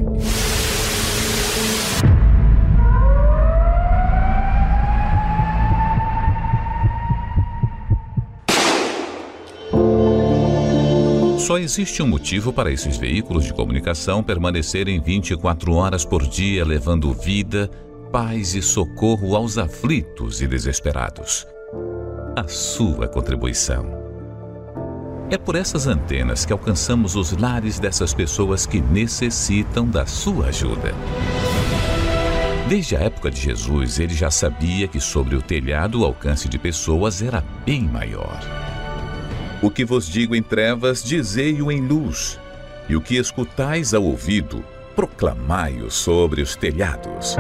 Só existe um motivo para esses veículos de comunicação permanecerem 24 horas por dia, levando vida, paz e socorro aos aflitos e desesperados. A sua contribuição. É por essas antenas que alcançamos os lares dessas pessoas que necessitam da sua ajuda. Desde a época de Jesus, ele já sabia que sobre o telhado o alcance de pessoas era bem maior. O que vos digo em trevas, dizei-o em luz, e o que escutais ao ouvido, proclamai-o sobre os telhados.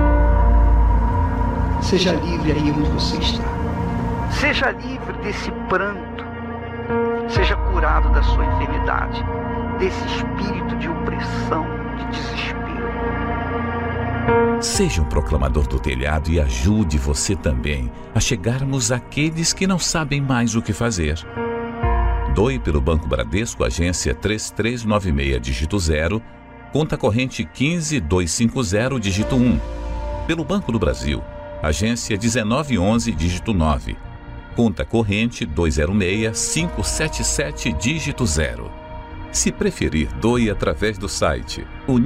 Seja livre aí onde você está. Seja livre desse pranto. Seja curado da sua enfermidade, desse espírito de opressão, de desespero. Seja um proclamador do telhado e ajude você também a chegarmos àqueles que não sabem mais o que fazer. Doe pelo Banco Bradesco, agência 3396, dígito 0, conta corrente 15250, dígito 1. Pelo Banco do Brasil, agência 1911, dígito 9, conta corrente 206577, dígito 0. Se preferir, doe através do site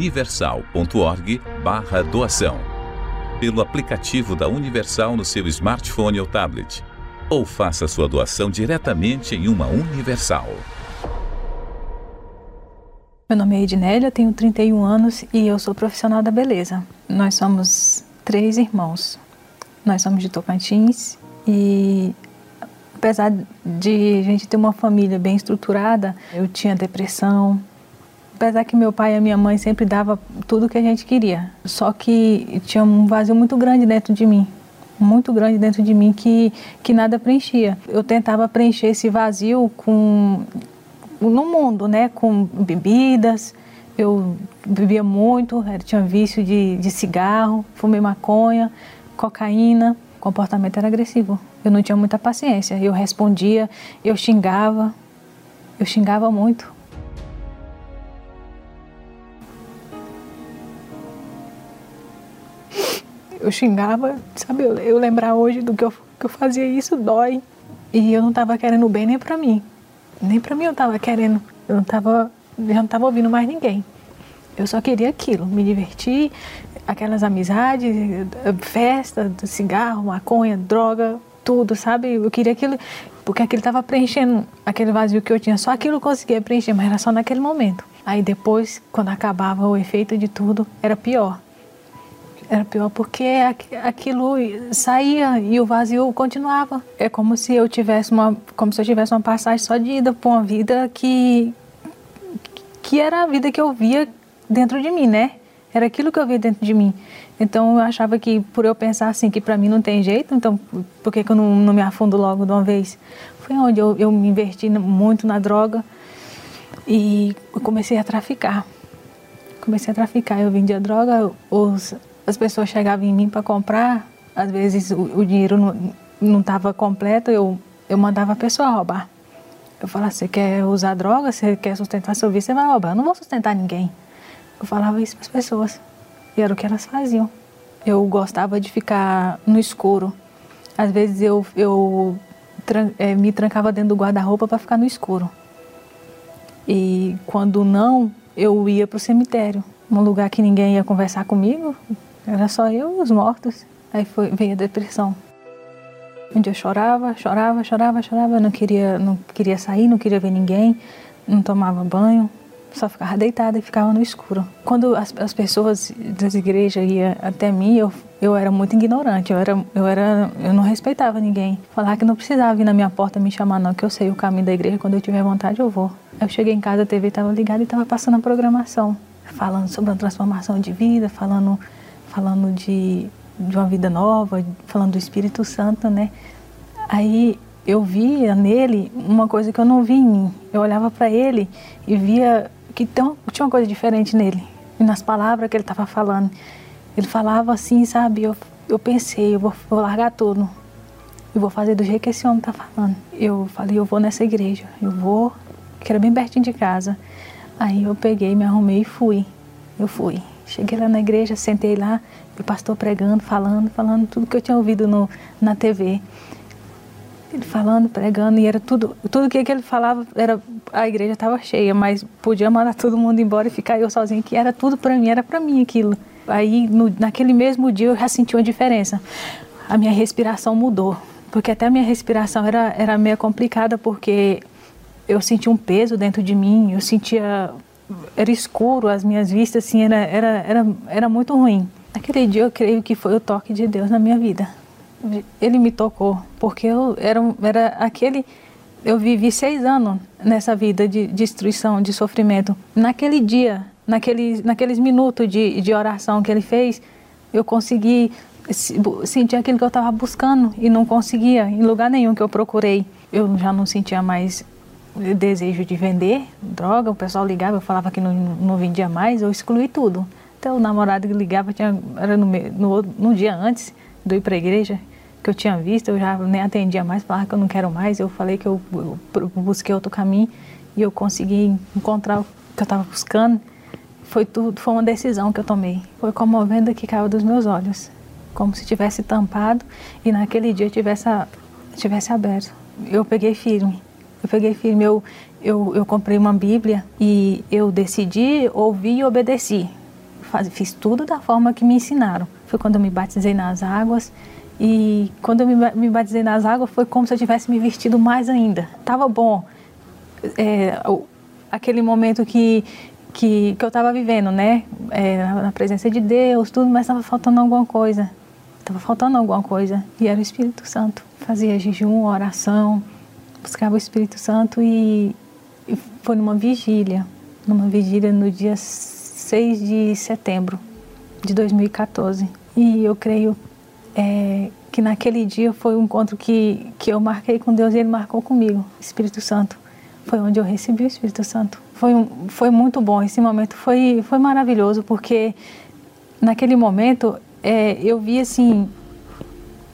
universal.org/doação, pelo aplicativo da Universal no seu smartphone ou tablet, ou faça sua doação diretamente em uma Universal. Meu nome é Ednélia, tenho 31 anos e eu sou profissional da beleza. Nós somos 3 irmãos. Nós somos de Tocantins e, apesar de a gente ter uma família bem estruturada, eu tinha depressão. Apesar que meu pai e a minha mãe sempre davam tudo o que a gente queria. Só que tinha um vazio muito grande dentro de mim. Muito grande dentro de mim que nada preenchia. Eu tentava preencher esse vazio no mundo, né? Com bebidas. Eu bebia muito, tinha vício de cigarro, fumei maconha, cocaína. comportamento era agressivo. Eu não tinha muita paciência. Eu respondia, eu xingava muito. Eu xingava, sabe, eu lembrar hoje do que eu fazia isso dói. E eu não estava querendo bem nem para mim. Nem para mim eu estava querendo. Eu não estava ouvindo mais ninguém. Eu só queria aquilo, me divertir, aquelas amizades, festa, cigarro, maconha, droga, tudo, sabe? Eu queria aquilo, porque aquilo estava preenchendo aquele vazio que eu tinha. Só aquilo eu conseguia preencher, mas era só naquele momento. Aí depois, quando acabava o efeito de tudo, era pior. Era pior porque aquilo saía e o vazio continuava. É como se eu tivesse uma passagem só de ida para uma vida que era a vida que eu via dentro de mim, né? Era aquilo que eu via dentro de mim. Então eu achava que por eu pensar assim, que para mim não tem jeito, então por que eu não me afundo logo de uma vez? Foi onde eu me investi muito na droga e comecei a traficar. Eu vendia droga, as pessoas chegavam em mim para comprar, às vezes o dinheiro não estava completo, eu mandava a pessoa roubar. Eu falava, você quer usar droga, você quer sustentar seu vício, você vai roubar. Eu não vou sustentar ninguém. Eu falava isso para as pessoas. E era o que elas faziam. Eu gostava de ficar no escuro. Às vezes eu me trancava dentro do guarda-roupa para ficar no escuro. E quando não, eu ia para o cemitério. Num lugar que ninguém ia conversar comigo. Era só eu e os mortos. Aí veio a depressão. Um dia eu chorava. Eu não queria sair, não queria ver ninguém. Não tomava banho. Só ficava deitada e ficava no escuro. Quando as pessoas das igrejas iam até mim, eu era muito ignorante. Eu não respeitava ninguém. Falava que não precisava vir na minha porta me chamar não, que eu sei o caminho da igreja. Quando eu tiver vontade, eu vou. Aí eu cheguei em casa, a TV estava ligada e estava passando a programação. Falando sobre a transformação de vida, falando de uma vida nova, falando do Espírito Santo, né? Aí eu via nele uma coisa que eu não vi em mim. Eu olhava para ele e via que tinha uma coisa diferente nele. E nas palavras que ele estava falando. Ele falava assim, sabe? Eu pensei, eu vou largar tudo. Eu vou fazer do jeito que esse homem está falando. Eu falei, eu vou nessa igreja. Eu vou, que era bem pertinho de casa. Aí eu peguei, me arrumei e fui. Eu fui. Cheguei lá na igreja, sentei lá, o pastor pregando, falando tudo que eu tinha ouvido na TV. Ele falando, pregando, e era tudo que ele falava, a igreja estava cheia, mas podia mandar todo mundo embora e ficar eu sozinha, que era tudo para mim, era para mim aquilo. Aí, naquele mesmo dia, eu já senti uma diferença. A minha respiração mudou, porque até a minha respiração era meio complicada, porque eu sentia um peso dentro de mim, eu sentia... Era escuro, as minhas vistas, assim, era muito ruim. Naquele dia, eu creio que foi o toque de Deus na minha vida. Ele me tocou, porque eu vivi 6 anos nessa vida de destruição, de sofrimento. Naquele dia, naqueles minutos de oração que ele fez, eu consegui sentir aquilo que eu estava buscando e não conseguia em lugar nenhum que eu procurei. Eu já não sentia mais desejo de vender droga, o pessoal ligava, eu falava que não vendia mais, eu excluí tudo. Até o namorado que ligava, era no dia antes de eu ir para a igreja, que eu tinha visto, eu já nem atendia mais, falava que eu não quero mais, eu falei que eu busquei outro caminho e eu consegui encontrar o que eu estava buscando. Foi uma decisão que eu tomei. Foi como uma venda que caiu dos meus olhos, como se tivesse tampado e naquele dia tivesse aberto. Eu peguei firme. Eu comprei uma Bíblia e eu decidi, ouvi e obedeci. Fiz tudo da forma que me ensinaram. Foi quando eu me batizei nas águas. E quando eu me batizei nas águas, foi como se eu tivesse me vestido mais ainda. Tava bom. Aquele momento que eu estava vivendo, né? Na presença de Deus, tudo, mas estava faltando alguma coisa. E era o Espírito Santo. Fazia jejum, oração, buscava o Espírito Santo e foi numa vigília no dia 6 de setembro de 2014. E eu creio que naquele dia foi um encontro que eu marquei com Deus e Ele marcou comigo, Espírito Santo. Foi onde eu recebi o Espírito Santo. Foi muito bom, esse momento foi maravilhoso, porque naquele momento eu vi assim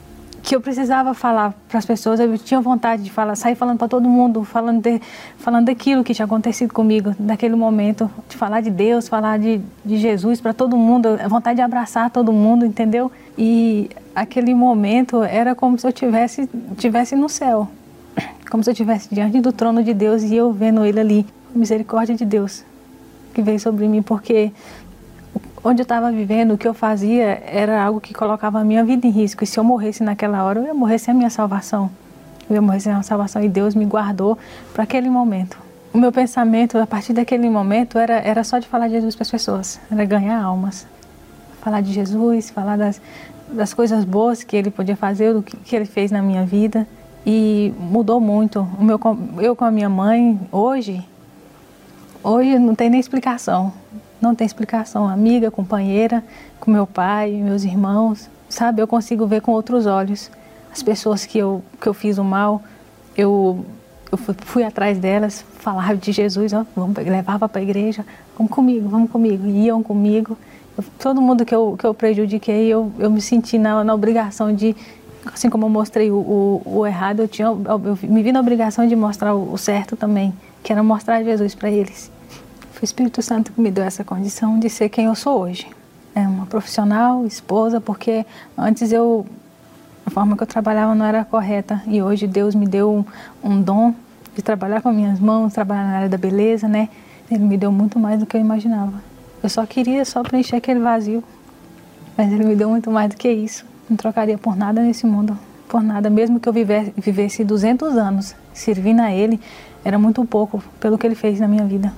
que eu precisava falar para as pessoas. Eu tinha vontade de falar, sair falando para todo mundo, falando daquilo que tinha acontecido comigo, daquele momento, de falar de Deus, falar de Jesus para todo mundo, a vontade de abraçar todo mundo, entendeu? E aquele momento era como se eu tivesse no céu, como se eu estivesse diante do trono de Deus e eu vendo Ele ali, a misericórdia de Deus que veio sobre mim, porque onde eu estava vivendo, o que eu fazia era algo que colocava a minha vida em risco. E se eu morresse naquela hora, eu ia morrer sem a minha salvação. Eu ia morrer sem a minha salvação e Deus me guardou para aquele momento. O meu pensamento, a partir daquele momento, era só de falar de Jesus para as pessoas. Era ganhar almas. Falar de Jesus, falar das coisas boas que Ele podia fazer, do que Ele fez na minha vida. E mudou muito. Eu com a minha mãe, hoje não tem nem explicação. Não tem explicação. Amiga, companheira, com meu pai, meus irmãos, sabe? Eu consigo ver com outros olhos. As pessoas que eu fiz o mal, eu fui atrás delas, falava de Jesus, ó, levava para a igreja, vamos comigo. Iam comigo. Todo mundo que eu prejudiquei, eu me senti na obrigação de, assim como eu mostrei o errado, eu me vi na obrigação de mostrar o certo também, que era mostrar Jesus para eles. Foi o Espírito Santo que me deu essa condição de ser quem eu sou hoje. Uma profissional, esposa, porque antes a forma que eu trabalhava não era correta. E hoje Deus me deu um dom de trabalhar com minhas mãos, trabalhar na área da beleza, né? Ele me deu muito mais do que eu imaginava. Eu só queria preencher aquele vazio. Mas Ele me deu muito mais do que isso. Não trocaria por nada nesse mundo. Por nada. Mesmo que eu vivesse 200 anos servindo a Ele, era muito pouco pelo que Ele fez na minha vida.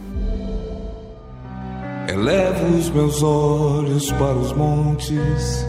Elevo os meus olhos para os montes,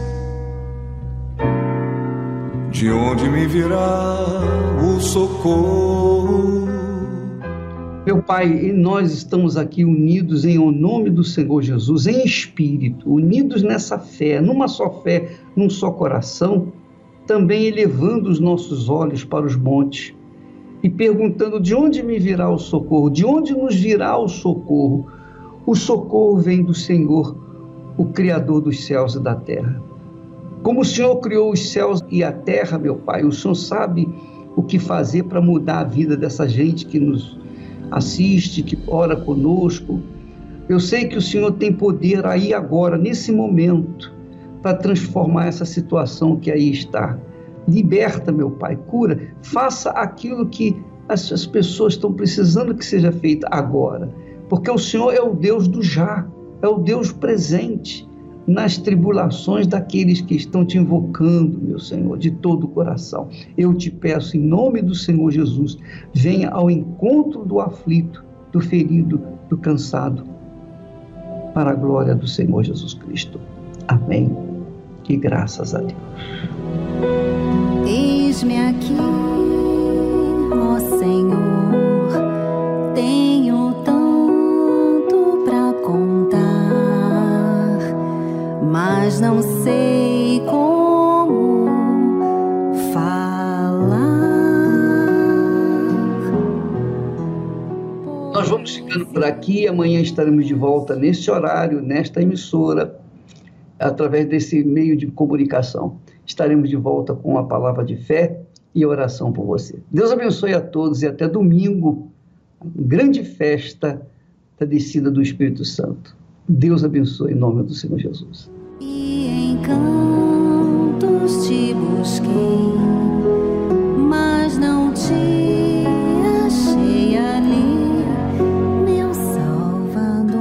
de onde me virá o socorro. Meu Pai, nós estamos aqui unidos em nome do Senhor Jesus, em espírito, unidos nessa fé, numa só fé, num só coração, também elevando os nossos olhos para os montes e perguntando de onde me virá o socorro, de onde nos virá o socorro. O socorro vem do Senhor, o Criador dos céus e da terra. Como o Senhor criou os céus e a terra, meu Pai, o Senhor sabe o que fazer para mudar a vida dessa gente que nos assiste, que ora conosco. Eu sei que o Senhor tem poder aí agora, nesse momento, para transformar essa situação que aí está. Liberta, meu Pai, cura, faça aquilo que as pessoas estão precisando que seja feito agora. Porque o Senhor é o Deus do já, é o Deus presente nas tribulações daqueles que estão te invocando, meu Senhor, de todo o coração. Eu te peço, em nome do Senhor Jesus, venha ao encontro do aflito, do ferido, do cansado, para a glória do Senhor Jesus Cristo. Amém. E graças a Deus. Eis-me aqui, ó Senhor, tenho tanto para contar, mas não sei como falar. Nós vamos ficando por aqui, amanhã estaremos de volta neste horário, nesta emissora, através desse meio de comunicação. Estaremos de volta com a palavra de fé e oração por você. Deus abençoe a todos e até domingo, grande festa da descida do Espírito Santo. Deus abençoe em nome do Senhor Jesus. E em cantos te busquei, mas não te achei ali, meu Salvador.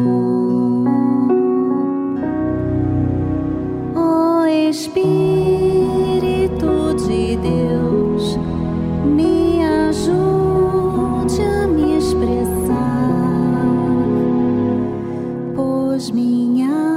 Ó Espírito de Deus, me ajude a me expressar, pois minha